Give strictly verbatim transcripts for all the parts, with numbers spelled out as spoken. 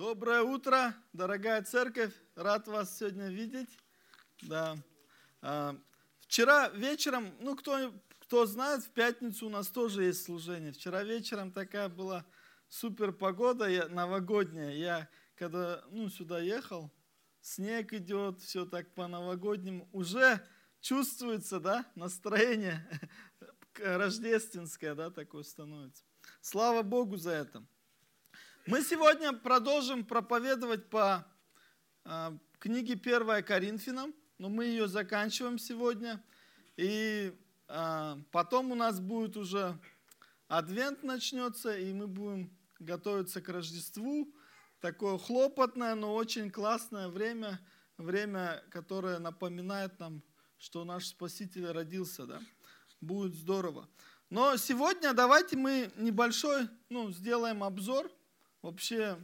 Доброе утро, дорогая церковь, рад вас сегодня видеть. Да. А, вчера вечером, ну кто, кто знает, в пятницу у нас тоже есть служение. Вчера вечером такая была супер погода я, новогодняя. Я когда ну, сюда ехал, снег идет, все так по-новогоднему. Уже чувствуется, да, настроение рождественское, да, такое становится. Слава Богу за это. Мы сегодня продолжим проповедовать по э, книге первое Коринфянам, но мы ее заканчиваем сегодня. И э, потом у нас будет уже Адвент начнется, и мы будем готовиться к Рождеству. Такое хлопотное, но очень классное время, время, которое напоминает нам, что наш Спаситель родился, да? Будет здорово. Но сегодня давайте мы небольшой, ну, сделаем обзор. Вообще,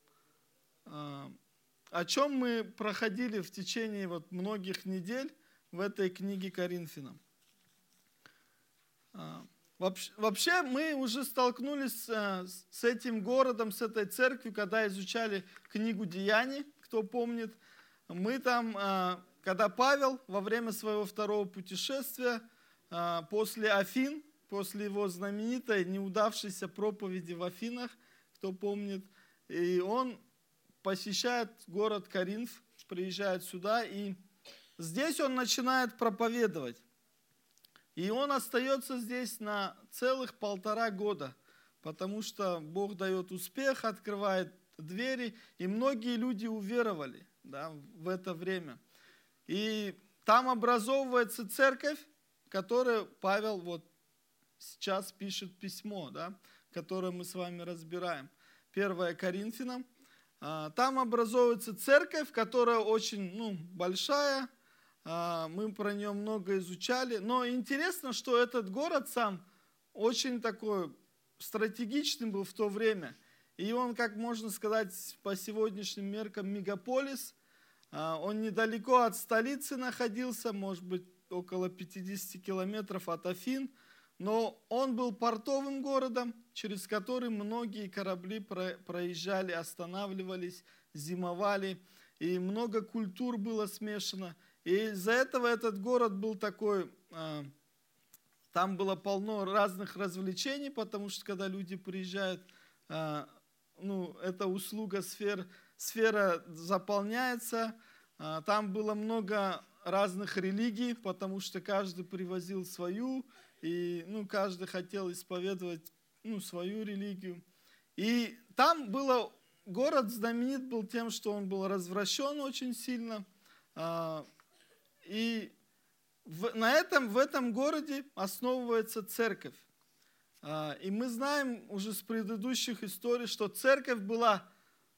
о чем мы проходили в течение вот многих недель в этой книге Коринфянам. Вообще, мы уже столкнулись с этим городом, с этой церковью, когда изучали книгу Деяний, кто помнит. Мы там, когда Павел во время своего второго путешествия, после Афин, после его знаменитой неудавшейся проповеди в Афинах, кто помнит, и он посещает город Коринф, приезжает сюда, и здесь он начинает проповедовать. И он остается здесь на целых полтора года, потому что Бог дает успех, открывает двери, и многие люди уверовали, да, в это время. И там образовывается церковь, которой Павел вот сейчас пишет письмо, да, которое мы с вами разбираем. первое Коринфянам. Там образуется церковь, которая очень ну, большая. Мы про нее много изучали. Но интересно, что этот город сам очень такой стратегичный был в то время. И он, как можно сказать, по сегодняшним меркам мегаполис. Он недалеко от столицы находился, может быть, около пятьдесят километров от Афин. Но он был портовым городом, через который многие корабли проезжали, останавливались, зимовали. И много культур было смешано. И из-за этого этот город был такой, там было полно разных развлечений, потому что когда люди приезжают, ну, эта услуга, сфер, сфера заполняется. Там было много разных религий, потому что каждый привозил свою, и ну, каждый хотел исповедовать ну, свою религию. И там было, город знаменит был тем, что он был развращен очень сильно. И в, на этом, в этом городе основывается церковь. И мы знаем уже с предыдущих историй, что церковь была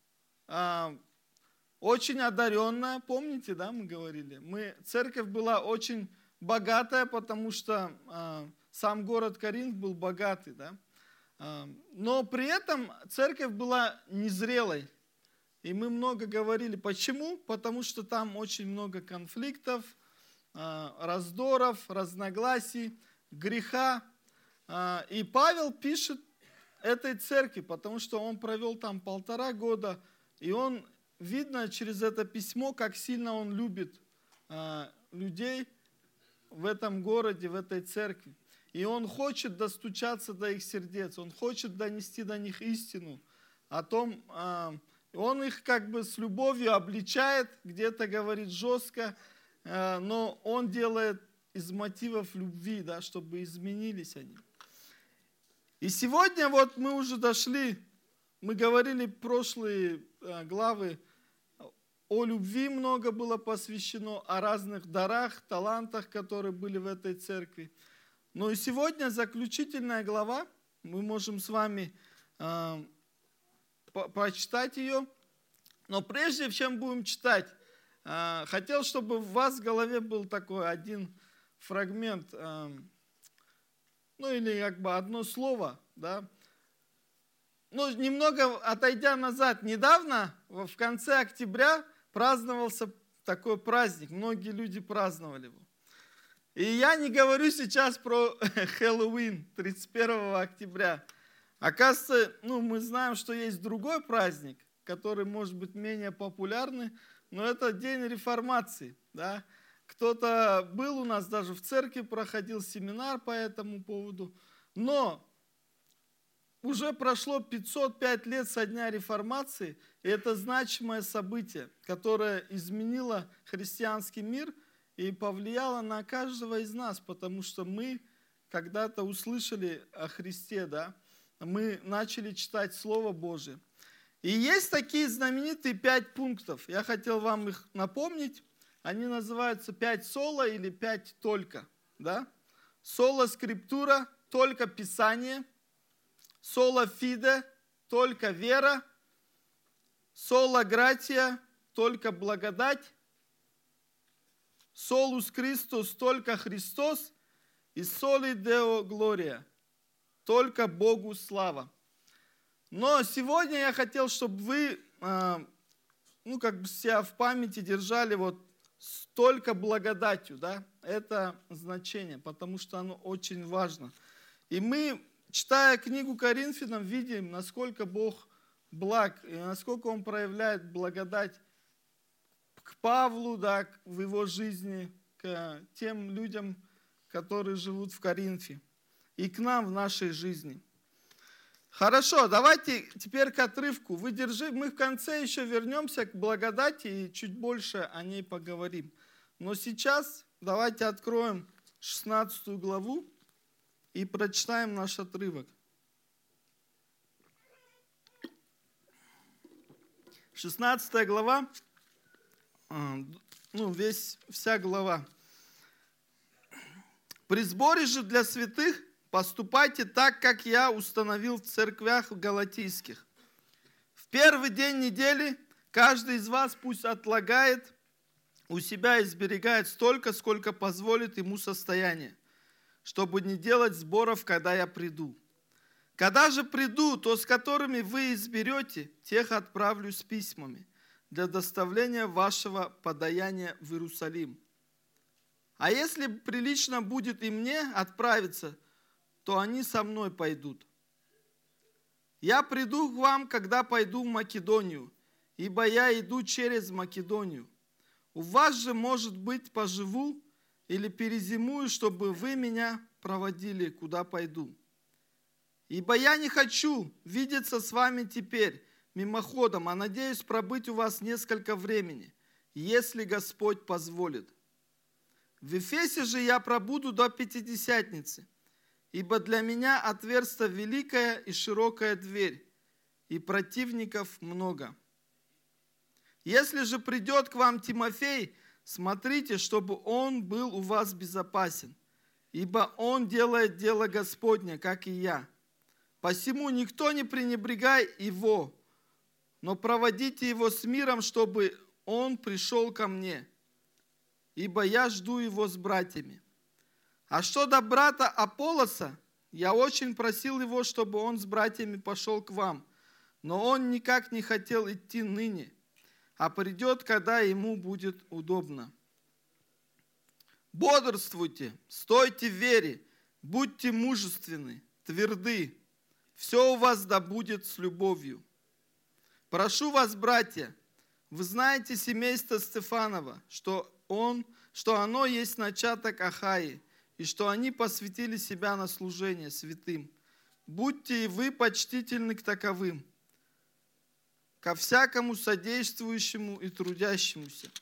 очень одаренная, помните, да, мы говорили? Мы, церковь была очень богатая, потому что э, сам город Коринф был богатый, да? Э, но при этом церковь была незрелой. И мы много говорили. Почему? Потому что там очень много конфликтов, э, раздоров, разногласий, греха. Э, и Павел пишет этой церкви, потому что он провел там полтора года, и он, видно через это письмо, как сильно он любит э, людей, в этом городе, в этой церкви. И он хочет достучаться до их сердец, он хочет донести до них истину о том, он их как бы с любовью обличает, где-то говорит жестко, но он делает из мотивов любви, да, чтобы изменились они. И сегодня вот мы уже дошли, мы говорили прошлые главы, о любви много было посвящено, о разных дарах, талантах, которые были в этой церкви. Ну и сегодня заключительная глава, мы можем с вами э, по прочитать ее. Но прежде чем будем читать, э, хотел, чтобы у вас в голове был такой один фрагмент, э, ну или как бы одно слово, да. Ну, немного отойдя назад, недавно, в конце октября, праздновался такой праздник, многие люди праздновали его. И я не говорю сейчас про Хэллоуин, тридцать первого октября. Оказывается, ну, мы знаем, что есть другой праздник, которые, может быть, менее популярны, но это день реформации. Да? Кто-то был у нас даже в церкви, проходил семинар по этому поводу. Но уже прошло пятьсот пять лет со дня реформации, и это значимое событие, которое изменило христианский мир и повлияло на каждого из нас, потому что мы когда-то услышали о Христе, да? Мы начали читать Слово Божие. И есть такие знаменитые пять пунктов. Я хотел вам их напомнить. Они называются пять соло или пять только. Да? Соло скриптура, только Писание. Соло фиде, только вера. Соло гратия, только благодать. Солус Христос, только Христос. И соли део глория, только Богу слава. Но сегодня я хотел, чтобы вы, ну, как бы себя в памяти держали вот только благодатью, да, это значение, потому что оно очень важно. И мы, читая книгу Коринфянам, видим, насколько Бог благ, и насколько Он проявляет благодать к Павлу, да, в его жизни, к тем людям, которые живут в Коринфе, и к нам в нашей жизни. Хорошо, давайте теперь к отрывку. Вы держи, мы в конце еще вернемся к благодати и чуть больше о ней поговорим. Но сейчас давайте откроем шестнадцатую главу и прочитаем наш отрывок. шестнадцатая глава, ну, весь, вся глава. «При сборе же для святых поступайте так, как я установил в церквях галатийских. В первый день недели каждый из вас пусть отлагает у себя и сберегает столько, сколько позволит ему состояние, чтобы не делать сборов, когда я приду. Когда же приду, то с которыми вы изберете, тех отправлю с письмами для доставления вашего подаяния в Иерусалим. А если прилично будет и мне отправиться, то они со мной пойдут. Я приду к вам, когда пойду в Македонию, ибо я иду через Македонию. У вас же, может быть, поживу или перезимую, чтобы вы меня проводили, куда пойду. Ибо я не хочу видеться с вами теперь мимоходом, а надеюсь пробыть у вас несколько времени, если Господь позволит. В Эфесе же я пробуду до Пятидесятницы, ибо для меня отверста великая и широкая дверь, и противников много. Если же придет к вам Тимофей, смотрите, чтобы он был у вас безопасен, ибо он делает дело Господне, как и я. Посему никто не пренебрегай его, но проводите его с миром, чтобы он пришел ко мне, ибо я жду его с братьями. А что до брата Аполлоса, я очень просил его, чтобы он с братьями пошел к вам, но он никак не хотел идти ныне, а придет, когда ему будет удобно. Бодрствуйте, стойте в вере, будьте мужественны, тверды, все у вас да будет с любовью. Прошу вас, братья, вы знаете семейство Стефанова, что, он, что оно есть начаток Ахаи, и что они посвятили себя на служение святым. Будьте и вы почтительны к таковым, ко всякому содействующему и трудящемуся.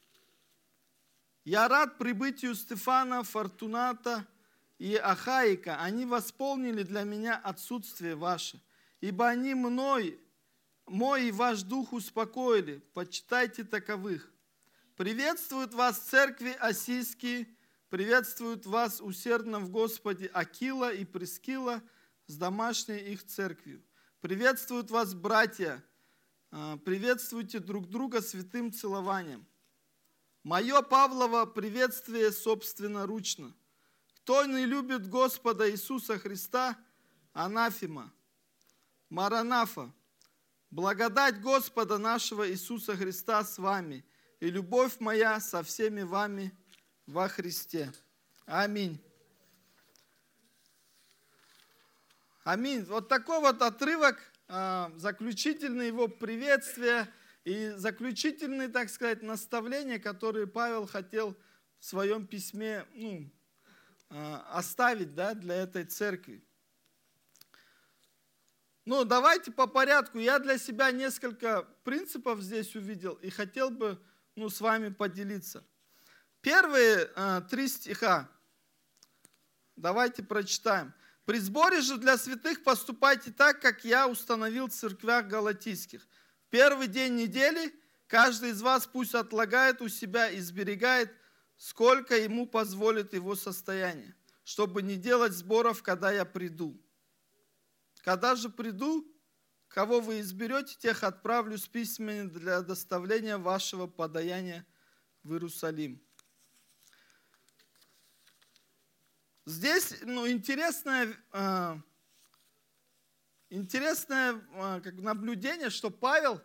Я рад прибытию Стефана, Фортуната и Ахаика. Они восполнили для меня отсутствие ваше, ибо они мной, мой и ваш дух успокоили. Почитайте таковых. Приветствуют вас церкви осийские, приветствуют вас усердно в Господе Акила и Прискила с домашней их церковью. Приветствуют вас братья, приветствуйте друг друга святым целованием. Мое Павлово приветствие собственноручно. Кто не любит Господа Иисуса Христа, анафема. Маранафа. Благодать Господа нашего Иисуса Христа с вами, и любовь моя со всеми вами во Христе. Аминь. Аминь. Вот такой вот отрывок а, заключительные его приветствия и заключительные, так сказать, наставления, которые Павел хотел в своем письме ну, а, оставить, да, для этой церкви. Ну, давайте по порядку. Я для себя несколько принципов здесь увидел и хотел бы ну, с вами поделиться. Первые а, три стиха. Давайте прочитаем. «При сборе же для святых поступайте так, как я установил в церквях галатийских. В первый день недели каждый из вас пусть отлагает у себя и сберегает, сколько ему позволит его состояние, чтобы не делать сборов, когда я приду. Когда же приду, кого вы изберете, тех отправлю с письмами для доставления вашего подаяния в Иерусалим». Здесь ну, интересное, э, интересное э, как наблюдение, что Павел,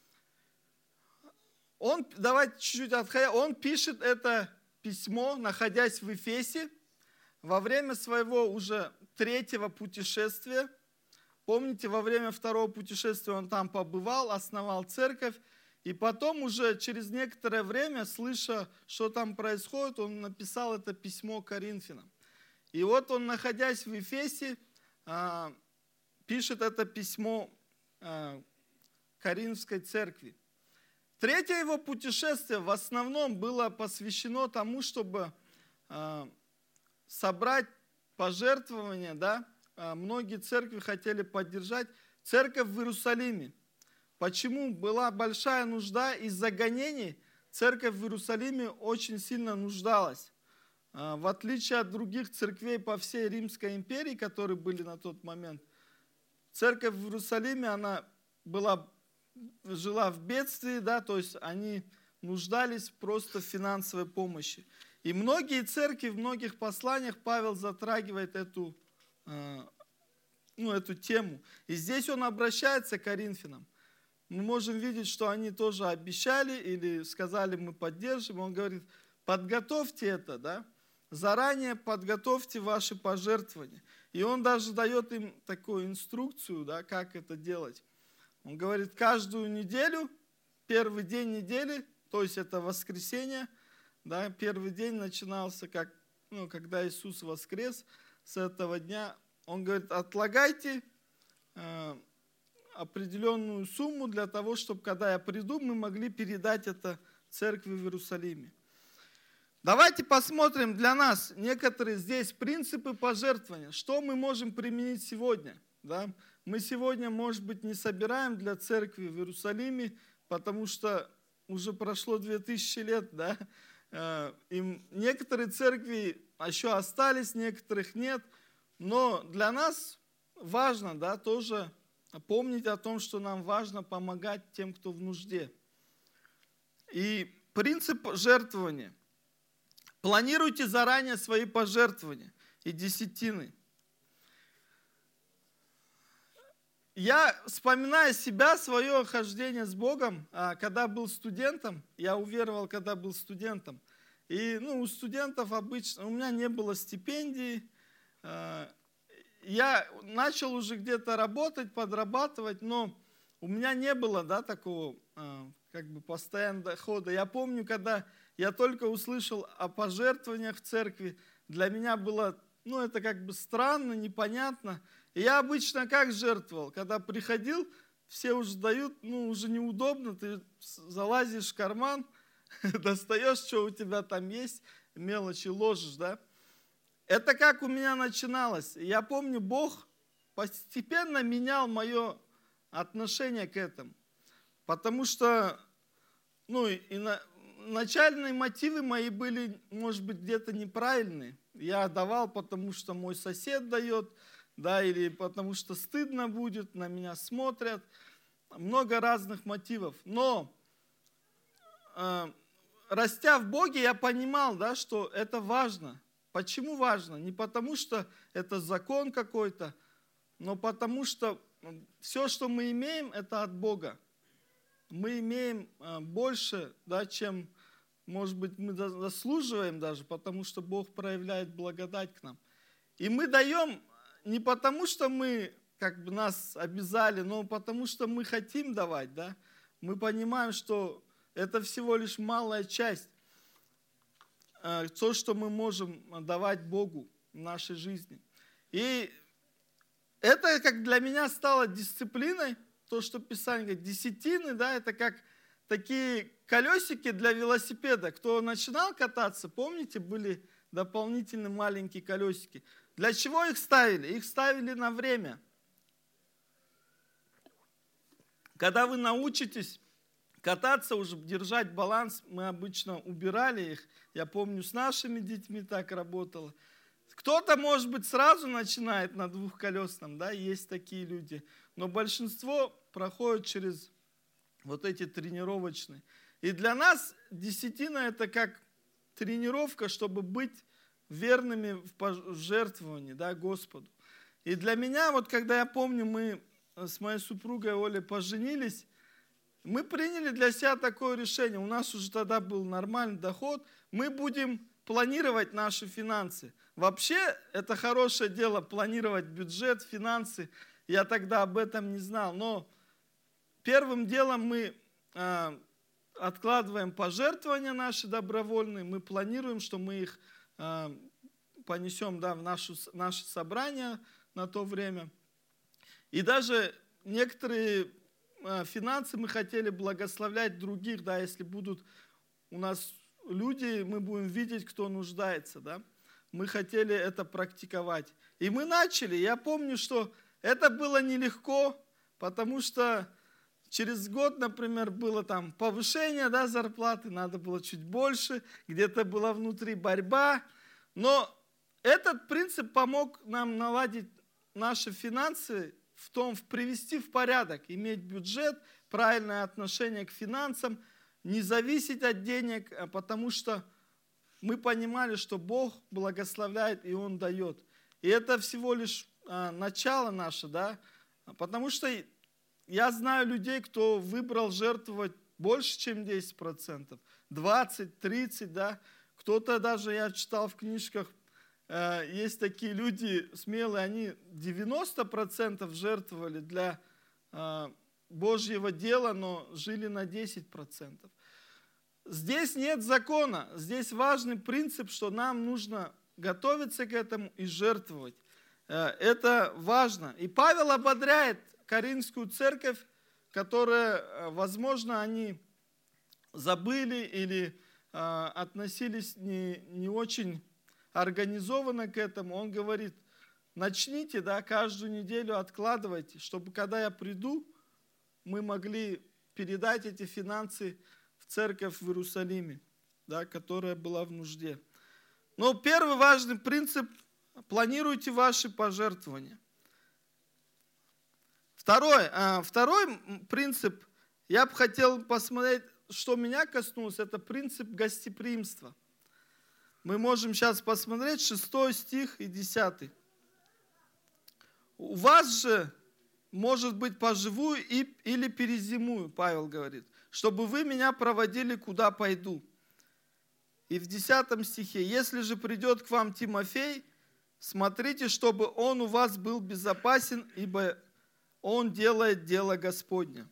он, давайте чуть-чуть отходя, он пишет это письмо, находясь в Эфесе, во время своего уже третьего путешествия. Помните, во время второго путешествия он там побывал, основал церковь, и потом уже через некоторое время, слыша, что там происходит, он написал это письмо Коринфянам. И вот он, находясь в Эфесе, пишет это письмо Коринфской церкви. Третье его путешествие в основном было посвящено тому, чтобы собрать пожертвования, да? Многие церкви хотели поддержать церковь в Иерусалиме. Почему? Была большая нужда из-за гонений. Церковь в Иерусалиме очень сильно нуждалась. В отличие от других церквей по всей Римской империи, которые были на тот момент, церковь в Иерусалиме, она была, жила в бедствии, да, то есть они нуждались просто в финансовой помощи. И многие церкви, в многих посланиях Павел затрагивает эту, ну, эту тему. И здесь он обращается к Коринфянам. Мы можем видеть, что они тоже обещали или сказали, мы поддержим. Он говорит, подготовьте это, да, заранее подготовьте ваши пожертвования. И он даже дает им такую инструкцию, да, как это делать. Он говорит, каждую неделю, первый день недели, то есть это воскресенье, да, первый день начинался, как, ну, когда Иисус воскрес, с этого дня, он говорит, отлагайте э, определенную сумму для того, чтобы, когда я приду, мы могли передать это церкви в Иерусалиме. Давайте посмотрим для нас некоторые здесь принципы пожертвования. Что мы можем применить сегодня? Да? Мы сегодня, может быть, не собираем для церкви в Иерусалиме, потому что уже прошло две тысячи лет, да? И некоторые церкви еще остались, некоторых нет. Но для нас важно, да, тоже помнить о том, что нам важно помогать тем, кто в нужде. И принцип жертвования. Планируйте заранее свои пожертвования и десятины. Я, вспоминая себя, свое хождение с Богом, когда был студентом, я уверовал, когда был студентом, и ну, у студентов обычно, у меня не было стипендий, я начал уже где-то работать, подрабатывать, но у меня не было, да, такого как бы постоянного дохода. Я помню, когда я только услышал о пожертвованиях в церкви, для меня было, ну, это как бы странно, непонятно. И я обычно как жертвовал? Когда приходил, все уже дают, ну, уже неудобно, ты залазишь в карман, достаешь, что у тебя там есть, мелочи ложишь, да? Это как у меня начиналось. Я помню, Бог постепенно менял мое отношение к этому. Потому что, ну, и на, начальные мотивы мои были, может быть, где-то неправильные. Я давал, потому что мой сосед дает, да, или потому что стыдно будет, на меня смотрят. Много разных мотивов. Но, э, растя в Боге, я понимал, да, что это важно. Почему важно? Не потому что это закон какой-то, но потому что все, что мы имеем, это от Бога. Мы имеем больше, да, чем, может быть, мы заслуживаем даже, потому что Бог проявляет благодать к нам. И мы даем не потому, что мы как бы нас обязали, но потому что мы хотим давать, да, мы понимаем, что это всего лишь малая часть, то, что мы можем давать Богу в нашей жизни. И это как для меня стало дисциплиной, то, что Писание говорит, десятины, да, это как такие колесики для велосипеда. Кто начинал кататься, помните, были дополнительные маленькие колесики. Для чего их ставили? Их ставили на время. Когда вы научитесь кататься, уже держать баланс, мы обычно убирали их. Я помню, с нашими детьми так работало. Кто-то, может быть, сразу начинает на двухколесном, да, есть такие люди. Но большинство проходит через вот эти тренировочные. И для нас десятина это как тренировка, чтобы быть верными в пожертвовании, да, Господу. И для меня, вот когда я помню, мы с моей супругой Олей поженились, мы приняли для себя такое решение. У нас уже тогда был нормальный доход. Мы будем планировать наши финансы. Вообще, это хорошее дело, планировать бюджет, финансы. Я тогда об этом не знал. Но первым делом мы э, откладываем пожертвования наши добровольные. Мы планируем, что мы их э, понесем, да, в нашу, наше собрание на то время. И даже некоторые э, финансы мы хотели благословлять других, да, если будут у нас люди, мы будем видеть, кто нуждается, да. Мы хотели это практиковать. И мы начали. Я помню, что это было нелегко, потому что через год, например, было там повышение, да, зарплаты, надо было чуть больше, где-то была внутри борьба. Но этот принцип помог нам наладить наши финансы, в том, в привести в порядок, иметь бюджет, правильное отношение к финансам, не зависеть от денег, потому что мы понимали, что Бог благословляет и Он дает. И это всего лишь а, начало наше, да, потому что я знаю людей, кто выбрал жертвовать больше, чем десять процентов, двадцать, тридцать, да, кто-то даже, я читал в книжках, э, есть такие люди смелые, они девяносто процентов жертвовали для э, Божьего дела, но жили на десять процентов. Здесь нет закона, здесь важный принцип, что нам нужно готовиться к этому и жертвовать. Это важно. И Павел ободряет Коринфскую церковь, которая, возможно, они забыли или относились не, не очень организованно к этому. Он говорит, начните, да, каждую неделю откладывайте, чтобы когда я приду, мы могли передать эти финансы в церковь в Иерусалиме, да, которая была в нужде. Но первый важный принцип – планируйте ваши пожертвования. Второй, а, второй принцип, я бы хотел посмотреть, что меня коснулось, это принцип гостеприимства. Мы можем сейчас посмотреть шестой стих и десятый. У вас же, может быть, поживу и, или перезимую, Павел говорит, чтобы вы меня проводили, куда пойду. И в десятом стихе, если же придет к вам Тимофей, смотрите, чтобы он у вас был безопасен, ибо он делает дело Господне.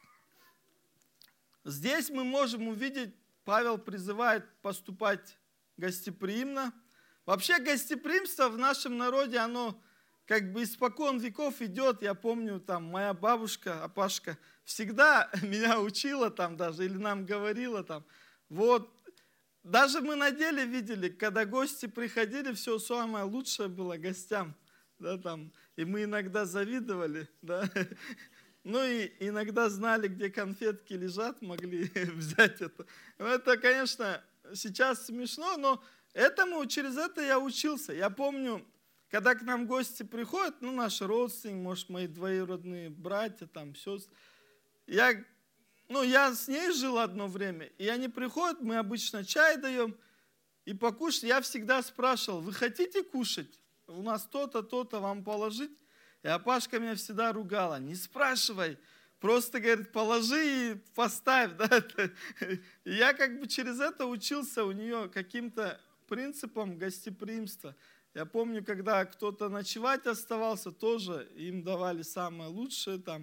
Здесь мы можем увидеть, Павел призывает поступать гостеприимно. Вообще гостеприимство в нашем народе, оно как бы испокон веков идет. Я помню, там моя бабушка, Апашка, всегда меня учила там даже, или нам говорила там, вот, даже мы на деле видели, когда гости приходили, все самое лучшее было гостям, да, там, и мы иногда завидовали, да, ну и иногда знали, где конфетки лежат, могли взять это. Это, конечно, сейчас смешно, но этому, через это я учился. Я помню, когда к нам гости приходят, ну, наши родственники, может, мои двоюродные братья, там, сестры, я... Ну, я с ней жил одно время, и они приходят, мы обычно чай даем, и покушать. Я всегда спрашивал, вы хотите кушать? У нас то-то, то-то, вам положить? И Апашка меня всегда ругала, не спрашивай, просто, говорит, положи и поставь. Да? И я как бы через это учился у нее каким-то принципам гостеприимства. Я помню, когда кто-то ночевать оставался, тоже им давали самое лучшее, там,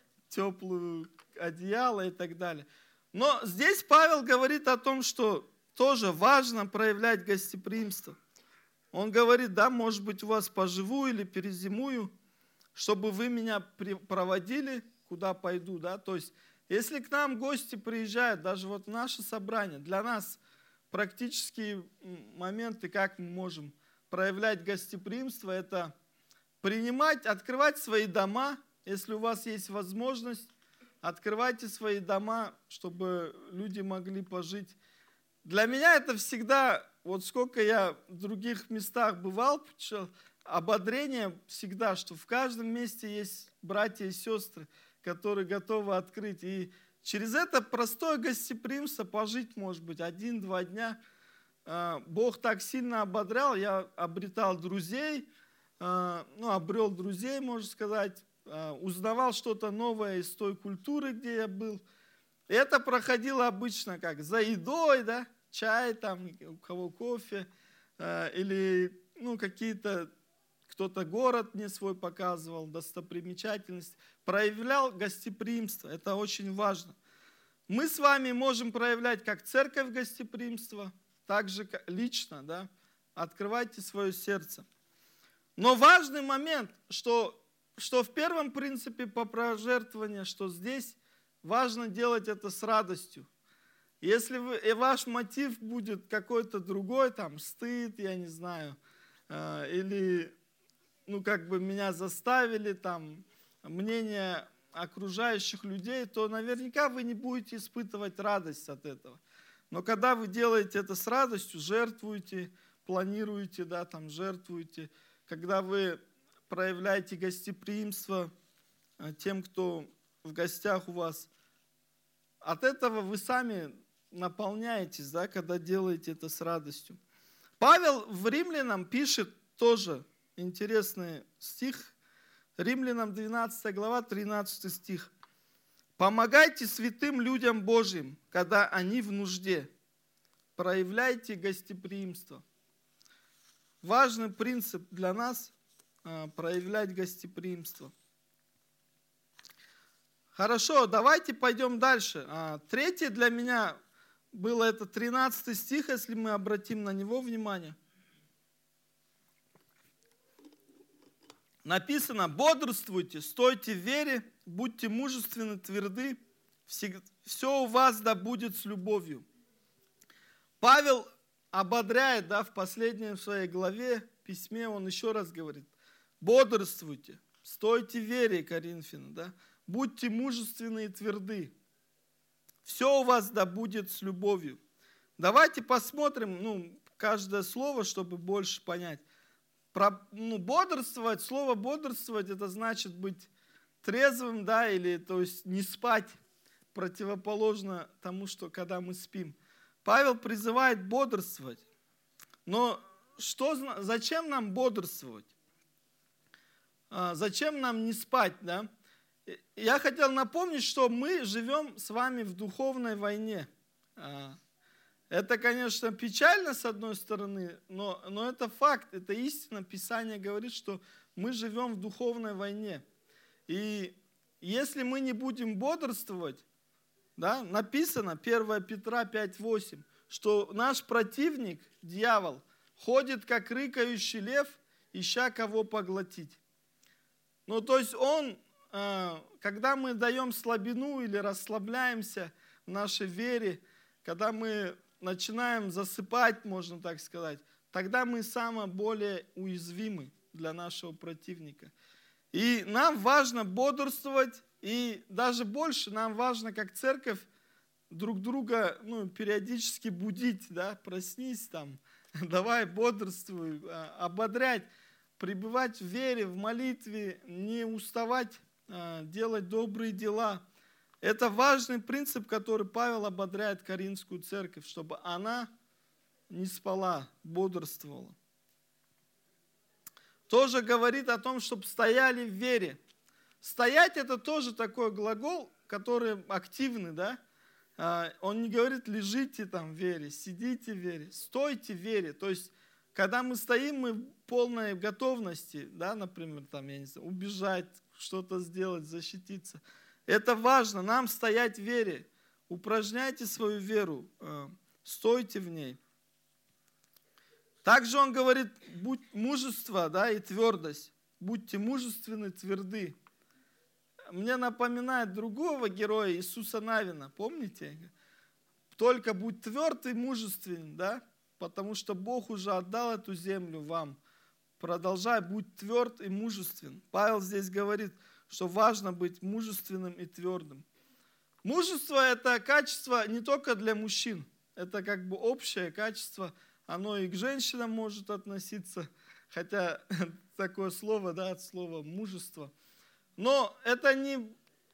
теплую одеяло и так далее. Но здесь Павел говорит о том, что тоже важно проявлять гостеприимство. Он говорит, да, может быть, у вас поживу или перезимую, чтобы вы меня проводили, куда пойду, да. То есть, если к нам гости приезжают, даже вот в наше собрание, для нас практические моменты, как мы можем проявлять гостеприимство, это принимать, открывать свои дома, если у вас есть возможность, открывайте свои дома, чтобы люди могли пожить. Для меня это всегда, вот сколько я в других местах бывал, ободрение всегда, что в каждом месте есть братья и сестры, которые готовы открыть. И через это простое гостеприимство пожить, может быть, один-два дня. Бог так сильно ободрял, я обретал друзей, ну, обрел друзей, можно сказать, узнавал что-то новое из той культуры, где я был. И это проходило обычно как за едой, да, чай, там, у кого кофе, или ну, какие-то, кто-то город мне свой показывал, достопримечательность, проявлял гостеприимство, это очень важно. Мы с вами можем проявлять как церковь гостеприимство, так же лично, да, открывайте свое сердце. Но важный момент, что, что в первом принципе по пожертвованию, что здесь важно делать это с радостью. Если вы, и ваш мотив будет какой-то другой, там, стыд, я не знаю, э, или, ну, как бы меня заставили, там, мнение окружающих людей, то наверняка вы не будете испытывать радость от этого. Но когда вы делаете это с радостью, жертвуете, планируете, да, там, жертвуете, когда вы проявляете гостеприимство тем, кто в гостях у вас, от этого вы сами наполняетесь, да, когда делаете это с радостью. Павел в Римлянам пишет тоже интересный стих, Римлянам двенадцатая глава, тринадцатый стих. «Помогайте святым людям Божьим, когда они в нужде. Проявляйте гостеприимство». Важный принцип для нас – проявлять гостеприимство. Хорошо, давайте пойдем дальше. Третье для меня было это тринадцатый стих, если мы обратим на него внимание. Написано: «Бодрствуйте, стойте в вере, будьте мужественны, тверды, все у вас да будет с любовью». Павел ободряет, да, в последней своей главе, письме, он еще раз говорит: бодрствуйте, стойте в вере, Коринфянам, да, будьте мужественны и тверды, все у вас да будет с любовью. Давайте посмотрим, ну, каждое слово, чтобы больше понять. Про, ну, бодрствовать, слово бодрствовать, это значит быть трезвым, да, или, то есть, не спать, противоположно тому, что когда мы спим. Павел призывает бодрствовать. Но что, зачем нам бодрствовать? Зачем нам не спать, да? Я хотел напомнить, что мы живем с вами в духовной войне. Это, конечно, печально с одной стороны, но, но это факт, это истина. Писание говорит, что мы живем в духовной войне. И если мы не будем бодрствовать, да, написано первое Петра пять восемь, что наш противник, дьявол, ходит как рыкающий лев, ища кого поглотить. Ну, то есть он, когда мы даем слабину или расслабляемся в нашей вере, когда мы начинаем засыпать, можно так сказать, тогда мы самые более уязвимы для нашего противника. И нам важно бодрствовать, и даже больше нам важно, как церковь, друг друга, ну, периодически будить, да, проснись там, давай бодрствуй, ободрять, пребывать в вере, в молитве, не уставать, делать добрые дела. Это важный принцип, который Павел ободряет Коринфскую церковь, чтобы она не спала, бодрствовала. Тоже говорит о том, чтобы стояли в вере. Стоять — это тоже такой глагол, который активный, да? Он не говорит лежите там в вере, сидите в вере, стойте в вере. То есть, когда мы стоим, мы в полной готовности, да, например, там, я не знаю, убежать, что-то сделать, защититься. Это важно, нам стоять в вере. Упражняйте свою веру, стойте в ней. Также он говорит, будь мужество, да, и твердость. Будьте мужественны, тверды. Мне напоминает другого героя, Иисуса Навина, помните? Только будь тверд и мужественен, да, потому что Бог уже отдал эту землю вам. Продолжай, будь тверд и мужествен. Павел здесь говорит, что важно быть мужественным и твердым. Мужество – это качество не только для мужчин, это как бы общее качество, оно и к женщинам может относиться, хотя такое слово, да, от слова мужество. Но это не,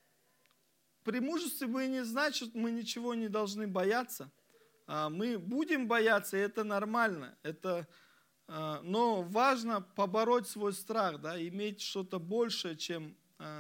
при мужестве мы не значит, мы ничего не должны бояться. Мы будем бояться, и это нормально. Это, но важно побороть свой страх, да, иметь что-то большее, чем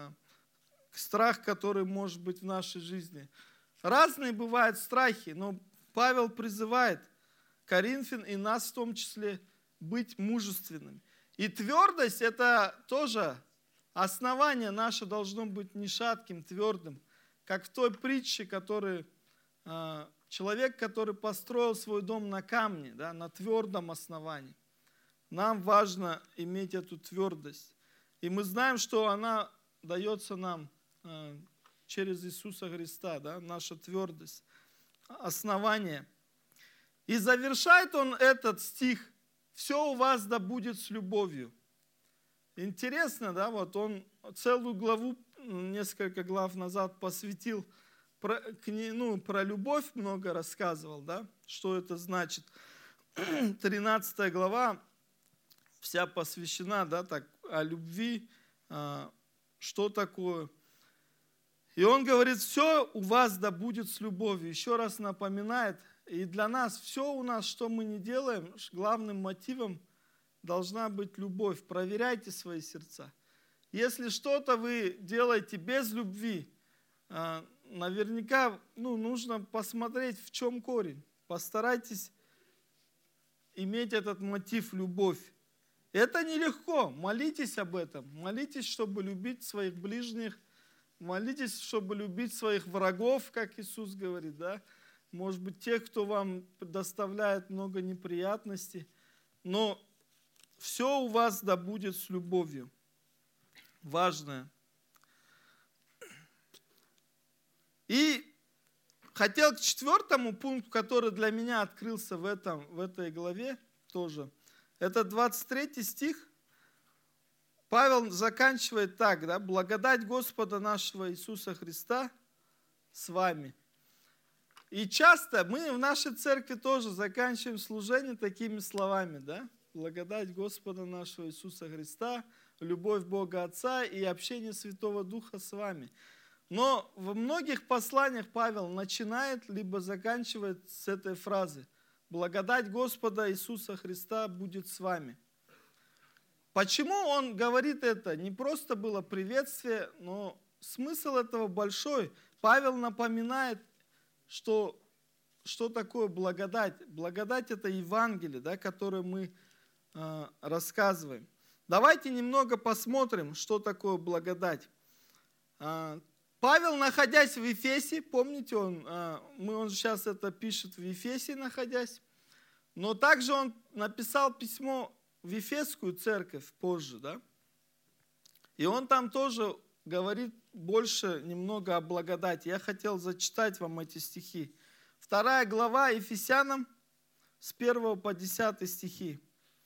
страх, который может быть в нашей жизни. Разные бывают страхи, но Павел призывает Коринфян и нас в том числе быть мужественными. И твердость – это тоже основание наше должно быть не шатким, твердым. Как в той притче, который, человек, который построил свой дом на камне, да, на твердом основании. Нам важно иметь эту твердость. И мы знаем, что она дается нам через Иисуса Христа, да, наша твердость, основание. И завершает он этот стих: «Все у вас да будет с любовью». Интересно, да, вот он целую главу, несколько глав назад посвятил, про, ну, про любовь много рассказывал, да, что это значит. тринадцатая глава вся посвящена, да, так, о любви, что такое. И он говорит, все у вас да будет с любовью. Еще раз напоминает, и для нас все у нас, что мы не делаем, главным мотивом должна быть любовь. Проверяйте свои сердца. Если что-то вы делаете без любви, наверняка, ну, нужно посмотреть, в чем корень. Постарайтесь иметь этот мотив любовь. Это нелегко. Молитесь об этом. Молитесь, чтобы любить своих ближних. Молитесь, чтобы любить своих врагов, как Иисус говорит, да? Может быть, тех, кто вам доставляет много неприятностей. Но все у вас да будет с любовью. Важное. И хотел к четвертому пункту, который для меня открылся в, этом, в этой главе тоже. Это двадцать третий стих. Павел заканчивает так, да, благодать Господа нашего Иисуса Христа с вами. И часто мы в нашей церкви тоже заканчиваем служение такими словами, да, благодать Господа нашего Иисуса Христа, любовь Бога Отца и общение Святого Духа с вами. Но во многих посланиях Павел начинает либо заканчивает с этой фразы: благодать Господа Иисуса Христа будет с вами. Почему он говорит это? Не просто было приветствие, но смысл этого большой. Павел напоминает, что, что такое благодать. Благодать – это Евангелие, да, которое мы э, рассказываем. Давайте немного посмотрим, что такое благодать. Э, Павел, находясь в Ефесе, помните, он, э, мы, он сейчас это пишет в Ефесе, находясь, но также он написал письмо в Ефесскую церковь позже, да? И он там тоже говорит больше немного о благодати. Я хотел зачитать вам эти стихи. Вторая глава Ефесянам с первого по десятый стихи.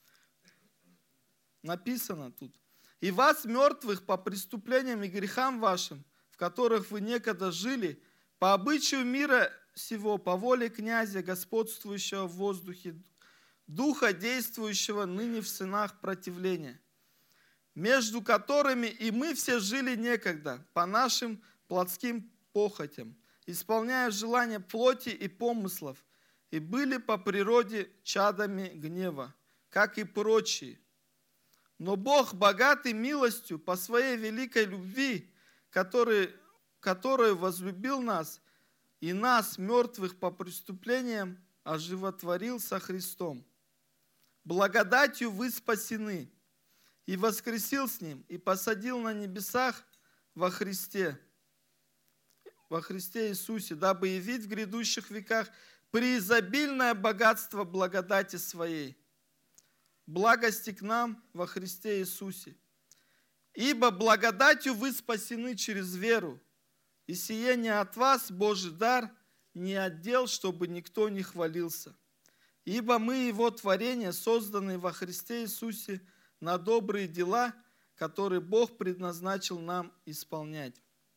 Написано тут. «И вас, мертвых, по преступлениям и грехам вашим, в которых вы некогда жили, по обычаю мира сего, по воле князя, господствующего в воздухе, духа, действующего ныне в сынах противления, между которыми и мы все жили некогда, по нашим плотским похотям, исполняя желания плоти и помыслов, и были по природе чадами гнева, как и прочие. Но Бог, богатый милостью, по своей великой любви, который, который возлюбил нас, и нас, мертвых по преступлениям, оживотворил со Христом, Благодатью вы спасены, и воскресил с Ним, и посадил на небесах во Христе, во Христе Иисусе, дабы явить в грядущих веках преизобильное богатство благодати Своей, благости к нам во Христе Иисусе. Ибо благодатью вы спасены через веру, и сие не от вас, Божий дар, не от дел, чтобы никто не хвалился. Ибо мы Его творение, созданные во Христе Иисусе на добрые дела, которые Бог предназначил нам исполнять.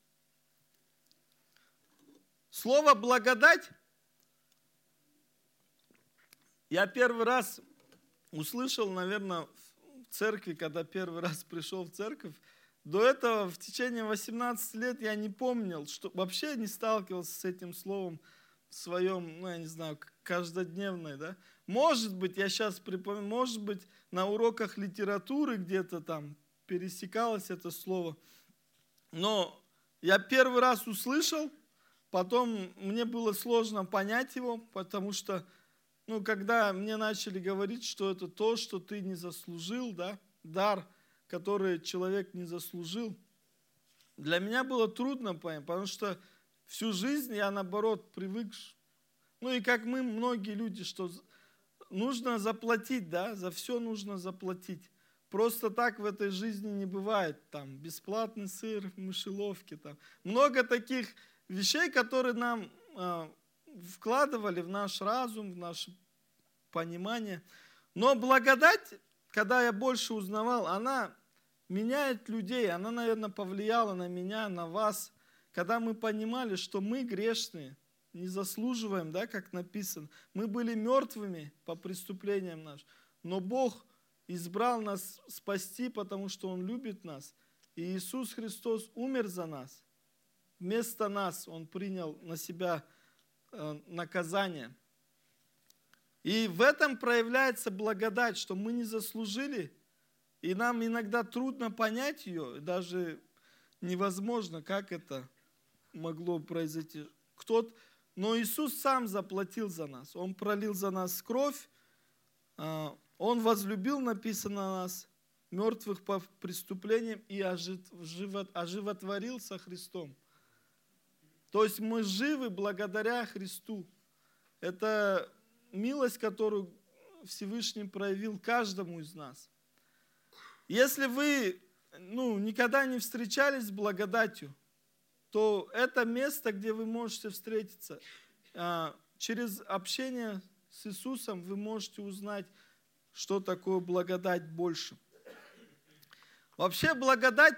Слово «благодать» я первый раз услышал, наверное, в церкви, когда первый раз пришел в церковь. До этого в течение восемнадцати лет я не помнил, что вообще не сталкивался с этим словом в своем, ну, я не знаю, каждодневной, да. Может быть, я сейчас припомню, может быть, на уроках литературы где-то там пересекалось это слово. Но я первый раз услышал, потом мне было сложно понять его, потому что, ну, когда мне начали говорить, что это то, что ты не заслужил, да, дар, который человек не заслужил, для меня было трудно понять, потому что всю жизнь я, наоборот, привык, ну и как мы, многие люди, что нужно заплатить, да, за все нужно заплатить. Просто так в этой жизни не бывает, там, бесплатный сыр в мышеловке, там. Много таких вещей, которые нам э, вкладывали в наш разум, в наше понимание. Но благодать, когда я больше узнавал, она меняет людей, она, наверное, повлияла на меня, на вас, когда мы понимали, что мы грешные, не заслуживаем, да, как написано. Мы были мертвыми по преступлениям нашим, но Бог избрал нас спасти, потому что Он любит нас. И Иисус Христос умер за нас. Вместо нас Он принял на себя э, наказание. И в этом проявляется благодать, что мы не заслужили, и нам иногда трудно понять ее, даже невозможно, как это могло произойти. Кто-то, но Иисус сам заплатил за нас, Он пролил за нас кровь, Он возлюбил, написано нас, мертвых по преступлениям и оживотворил со Христом. То есть мы живы благодаря Христу. Это милость, которую Всевышний проявил каждому из нас. Если вы ну, никогда не встречались с благодатью, то это место, где вы можете встретиться. Через общение с Иисусом вы можете узнать, что такое благодать больше. Вообще благодать,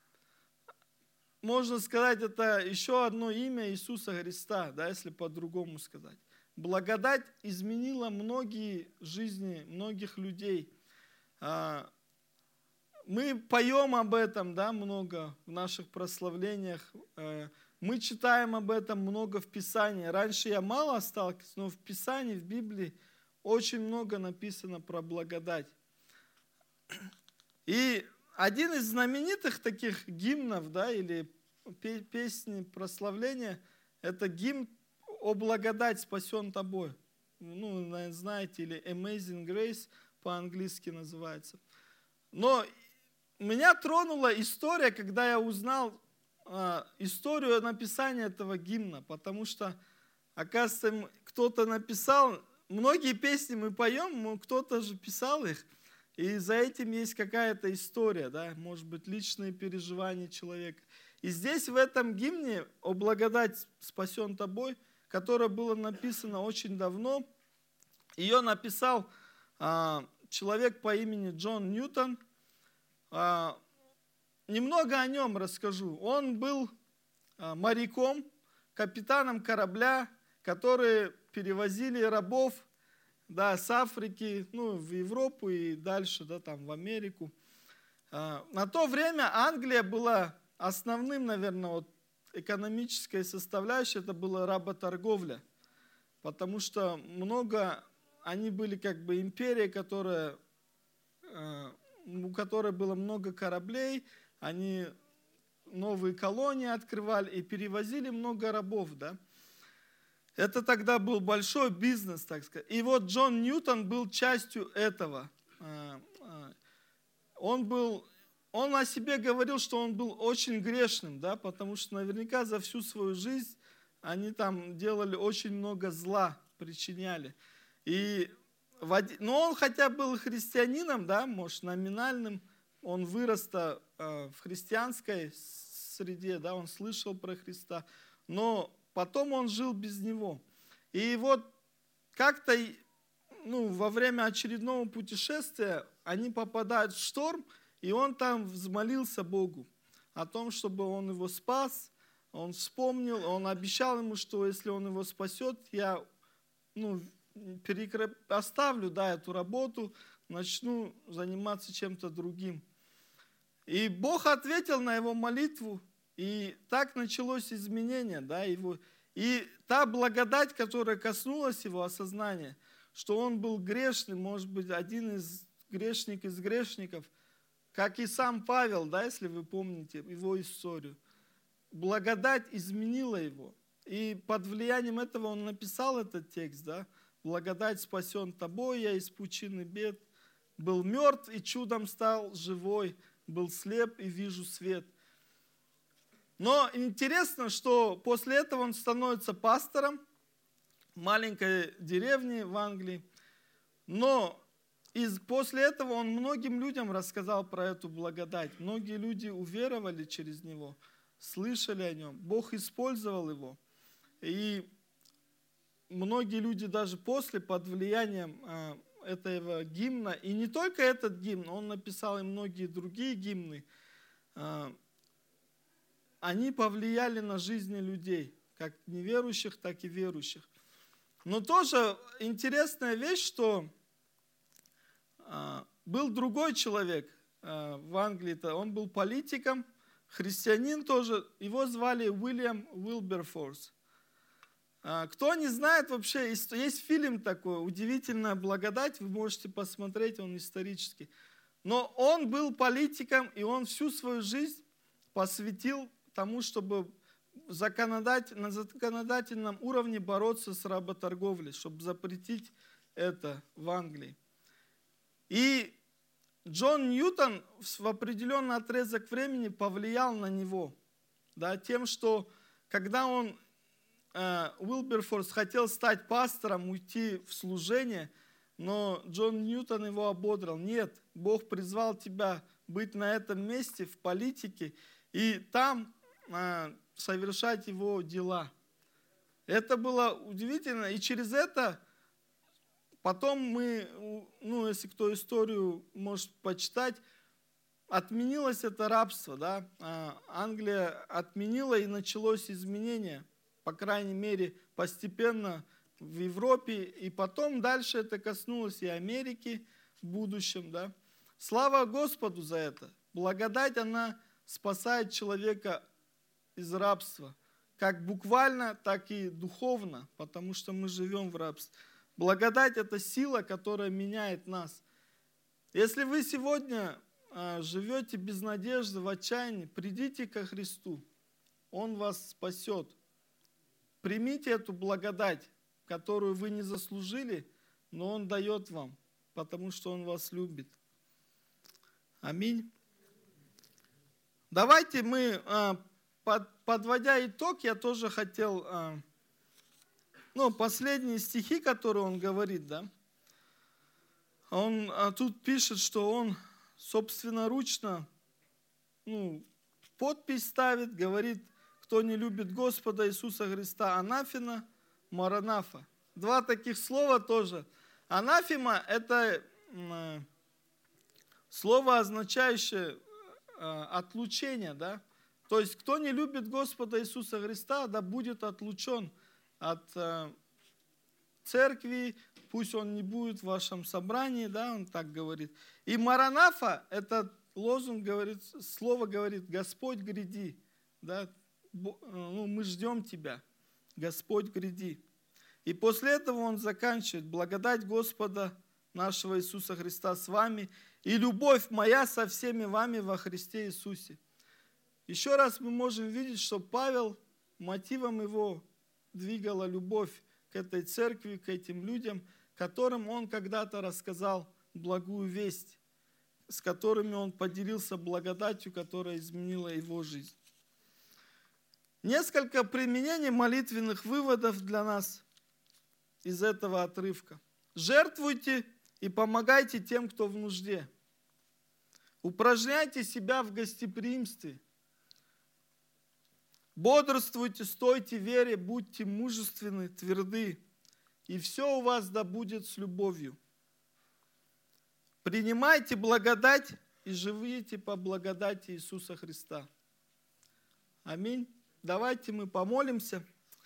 можно сказать, это еще одно имя Иисуса Христа, да, если по-другому сказать. Благодать изменила многие жизни, многих людей. Мы поем об этом, да, много в наших прославлениях. Мы читаем об этом много в Писании. Раньше я мало сталкивался, но в Писании, в Библии очень много написано про благодать. И один из знаменитых таких гимнов, да, или песни прославления, это гимн «О благодать спасен тобой». Ну, знаете, или Amazing Grace по-английски называется. Но меня тронула история, когда я узнал а, историю написания этого гимна, потому что, оказывается, кто-то написал, многие песни мы поем, но кто-то же писал их, и за этим есть какая-то история, да, может быть, личные переживания человека. И здесь в этом гимне «О благодать спасен тобой», которое было написано очень давно, ее написал а, человек по имени Джон Ньютон. А, немного о нем расскажу. Он был а, моряком, капитаном корабля, которые перевозили рабов, да, с Африки, ну, в Европу и дальше, да, там, в Америку. А, на то время Англия была основным, наверное, вот, экономической составляющей, это была работорговля, потому что много, они были как бы империей, которая, у которой было много кораблей, они новые колонии открывали и перевозили много рабов, да. Это тогда был большой бизнес, так сказать. И вот Джон Ньютон был частью этого. Он был, он о себе говорил, что он был очень грешным, да, потому что наверняка за всю свою жизнь они там делали очень много зла, причиняли. И, но он хотя был христианином, да, может, номинальным, он вырос в христианской среде, да, он слышал про Христа, но потом он жил без него. И вот как-то, ну, во время очередного путешествия они попадают в шторм, и он там взмолился Богу о том, чтобы он его спас. Он вспомнил, он обещал ему, что если он его спасет, я, ну, перекр... оставлю, да, эту работу, начну заниматься чем-то другим. И Бог ответил на его молитву, и так началось изменение, да, его. И та благодать, которая коснулась его осознания, что он был грешным, может быть, один из грешников из грешников, как и сам Павел, да, если вы помните его историю. Благодать изменила его. И под влиянием этого он написал этот текст, да, «Благодать спасен тобой, я из пучины бед, был мертв и чудом стал живой, был слеп и вижу свет». Но интересно, что после этого он становится пастором маленькой деревни в Англии. Но из, после этого он многим людям рассказал про эту благодать. Многие люди уверовали через него, слышали о нем. Бог использовал его. И многие люди даже после, под влиянием э, этого гимна, и не только этот гимн, он написал и многие другие гимны, э, они повлияли на жизни людей, как неверующих, так и верующих. Но тоже интересная вещь, что был другой человек в Англии, он был политиком, христианин тоже, его звали Уильям Уилберфорс. Кто не знает вообще, есть фильм такой «Удивительная благодать», вы можете посмотреть, он исторический. Но он был политиком, и он всю свою жизнь посвятил тому, чтобы законодать, на законодательном уровне бороться с работорговлей, чтобы запретить это в Англии. И Джон Ньютон в определенный отрезок времени повлиял на него, да, тем, что когда он, э, Уилберфорс, хотел стать пастором, уйти в служение, но Джон Ньютон его ободрил. Нет, Бог призвал тебя быть на этом месте, в политике, и там э, совершать его дела. Это было удивительно, и через это потом мы, ну, если кто историю может почитать, отменилось это рабство, да, Англия отменила, и началось изменение, по крайней мере, постепенно в Европе, и потом дальше это коснулось и Америки в будущем, да. Слава Господу за это. Благодать, она спасает человека из рабства, как буквально, так и духовно, потому что мы живем в рабстве. Благодать – это сила, которая меняет нас. Если вы сегодня живете без надежды, в отчаянии, придите ко Христу. Он вас спасет. Примите эту благодать, которую вы не заслужили, но Он дает вам, потому что Он вас любит. Аминь. Давайте мы, подводя итог, я тоже хотел... Ну, последние стихи, которые он говорит, да, он а тут пишет, что он собственноручно, ну, подпись ставит, говорит, кто не любит Господа Иисуса Христа, анафема, маранафа. Два таких слова тоже. Анафема – это э, слово, означающее э, отлучение, да. То есть, кто не любит Господа Иисуса Христа, да будет отлучен от э, церкви, пусть он не будет в вашем собрании, да, он так говорит. И маранафа, этот лозунг говорит, слово говорит, Господь гряди, да, ну, мы ждем тебя, Господь гряди. И после этого он заканчивает, благодать Господа нашего Иисуса Христа с вами, и любовь моя со всеми вами во Христе Иисусе. Еще раз мы можем видеть, что Павел, мотивом его двигала любовь к этой церкви, к этим людям, которым Он когда-то рассказал благую весть, с которыми Он поделился благодатью, которая изменила его жизнь. Несколько применений молитвенных выводов для нас из этого отрывка. Жертвуйте и помогайте тем, кто в нужде. Упражняйте себя в гостеприимстве. Бодрствуйте, стойте в вере, будьте мужественны, тверды, и все у вас да будет с любовью. Принимайте благодать и живите по благодати Иисуса Христа. Аминь. Давайте мы помолимся.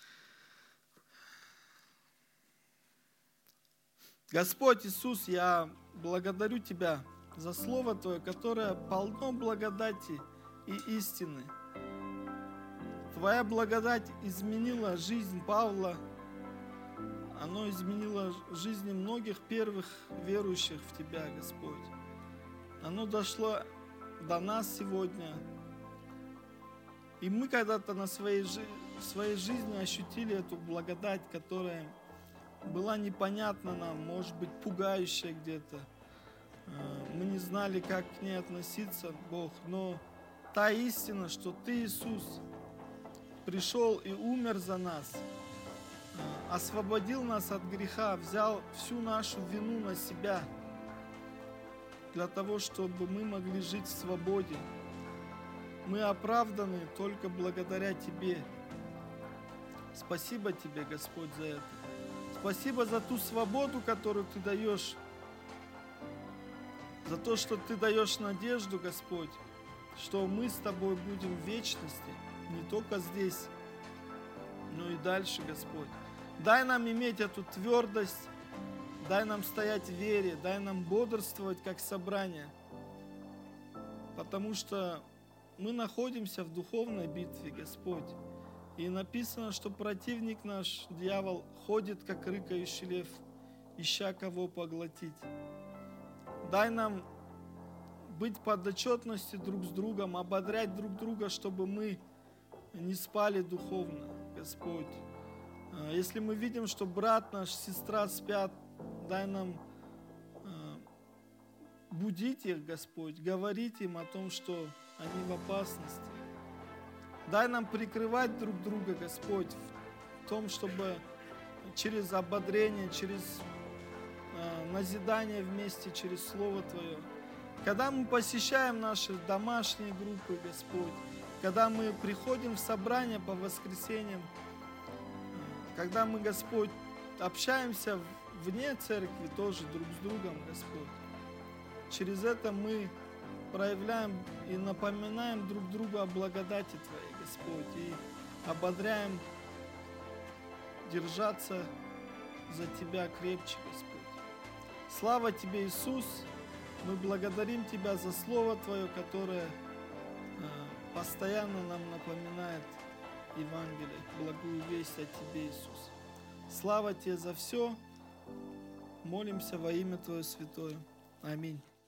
Господь Иисус, я благодарю Тебя за Слово Твое, которое полно благодати и истины. Твоя благодать изменила жизнь Павла, оно изменило жизни многих первых верующих в Тебя, Господь. Оно дошло до нас сегодня. И мы когда-то на своей, в своей жизни ощутили эту благодать, которая была непонятна нам, может быть, пугающая где-то. Мы не знали, как к ней относиться, Бог. Но та истина, что Ты, Иисус, пришел и умер за нас, освободил нас от греха, взял всю нашу вину на себя, для того, чтобы мы могли жить в свободе. Мы оправданы только благодаря Тебе. Спасибо Тебе, Господь, за это. Спасибо за ту свободу, которую Ты даешь, за то, что Ты даешь надежду, Господь, что мы с Тобой будем в вечности, не только здесь, но и дальше, Господь. Дай нам иметь эту твердость, дай нам стоять в вере, дай нам бодрствовать, как собрание, потому что мы находимся в духовной битве, Господь. И написано, что противник наш, дьявол, ходит, как рыкающий лев, ища кого поглотить. Дай нам быть подотчетности друг с другом, ободрять друг друга, чтобы мы не спали духовно, Господь. Если мы видим, что брат наш, сестра спят, дай нам будить их, Господь, говорить им о том, что они в опасности. Дай нам прикрывать друг друга, Господь, в том, чтобы через ободрение, через э, назидание вместе, через Слово Твое. Когда мы посещаем наши домашние группы, Господь, когда мы приходим в собрание по воскресеньям, когда мы, Господь, общаемся вне церкви тоже друг с другом, Господь, через это мы проявляем и напоминаем друг другу о благодати Твоей, Господь, и ободряем держаться за Тебя крепче, Господь. Слава Тебе, Иисус! Мы благодарим Тебя за Слово Твое, которое постоянно нам напоминает Евангелие, благую весть о Тебе, Иисус. Слава Тебе за все. Молимся во имя Твое святое. Аминь.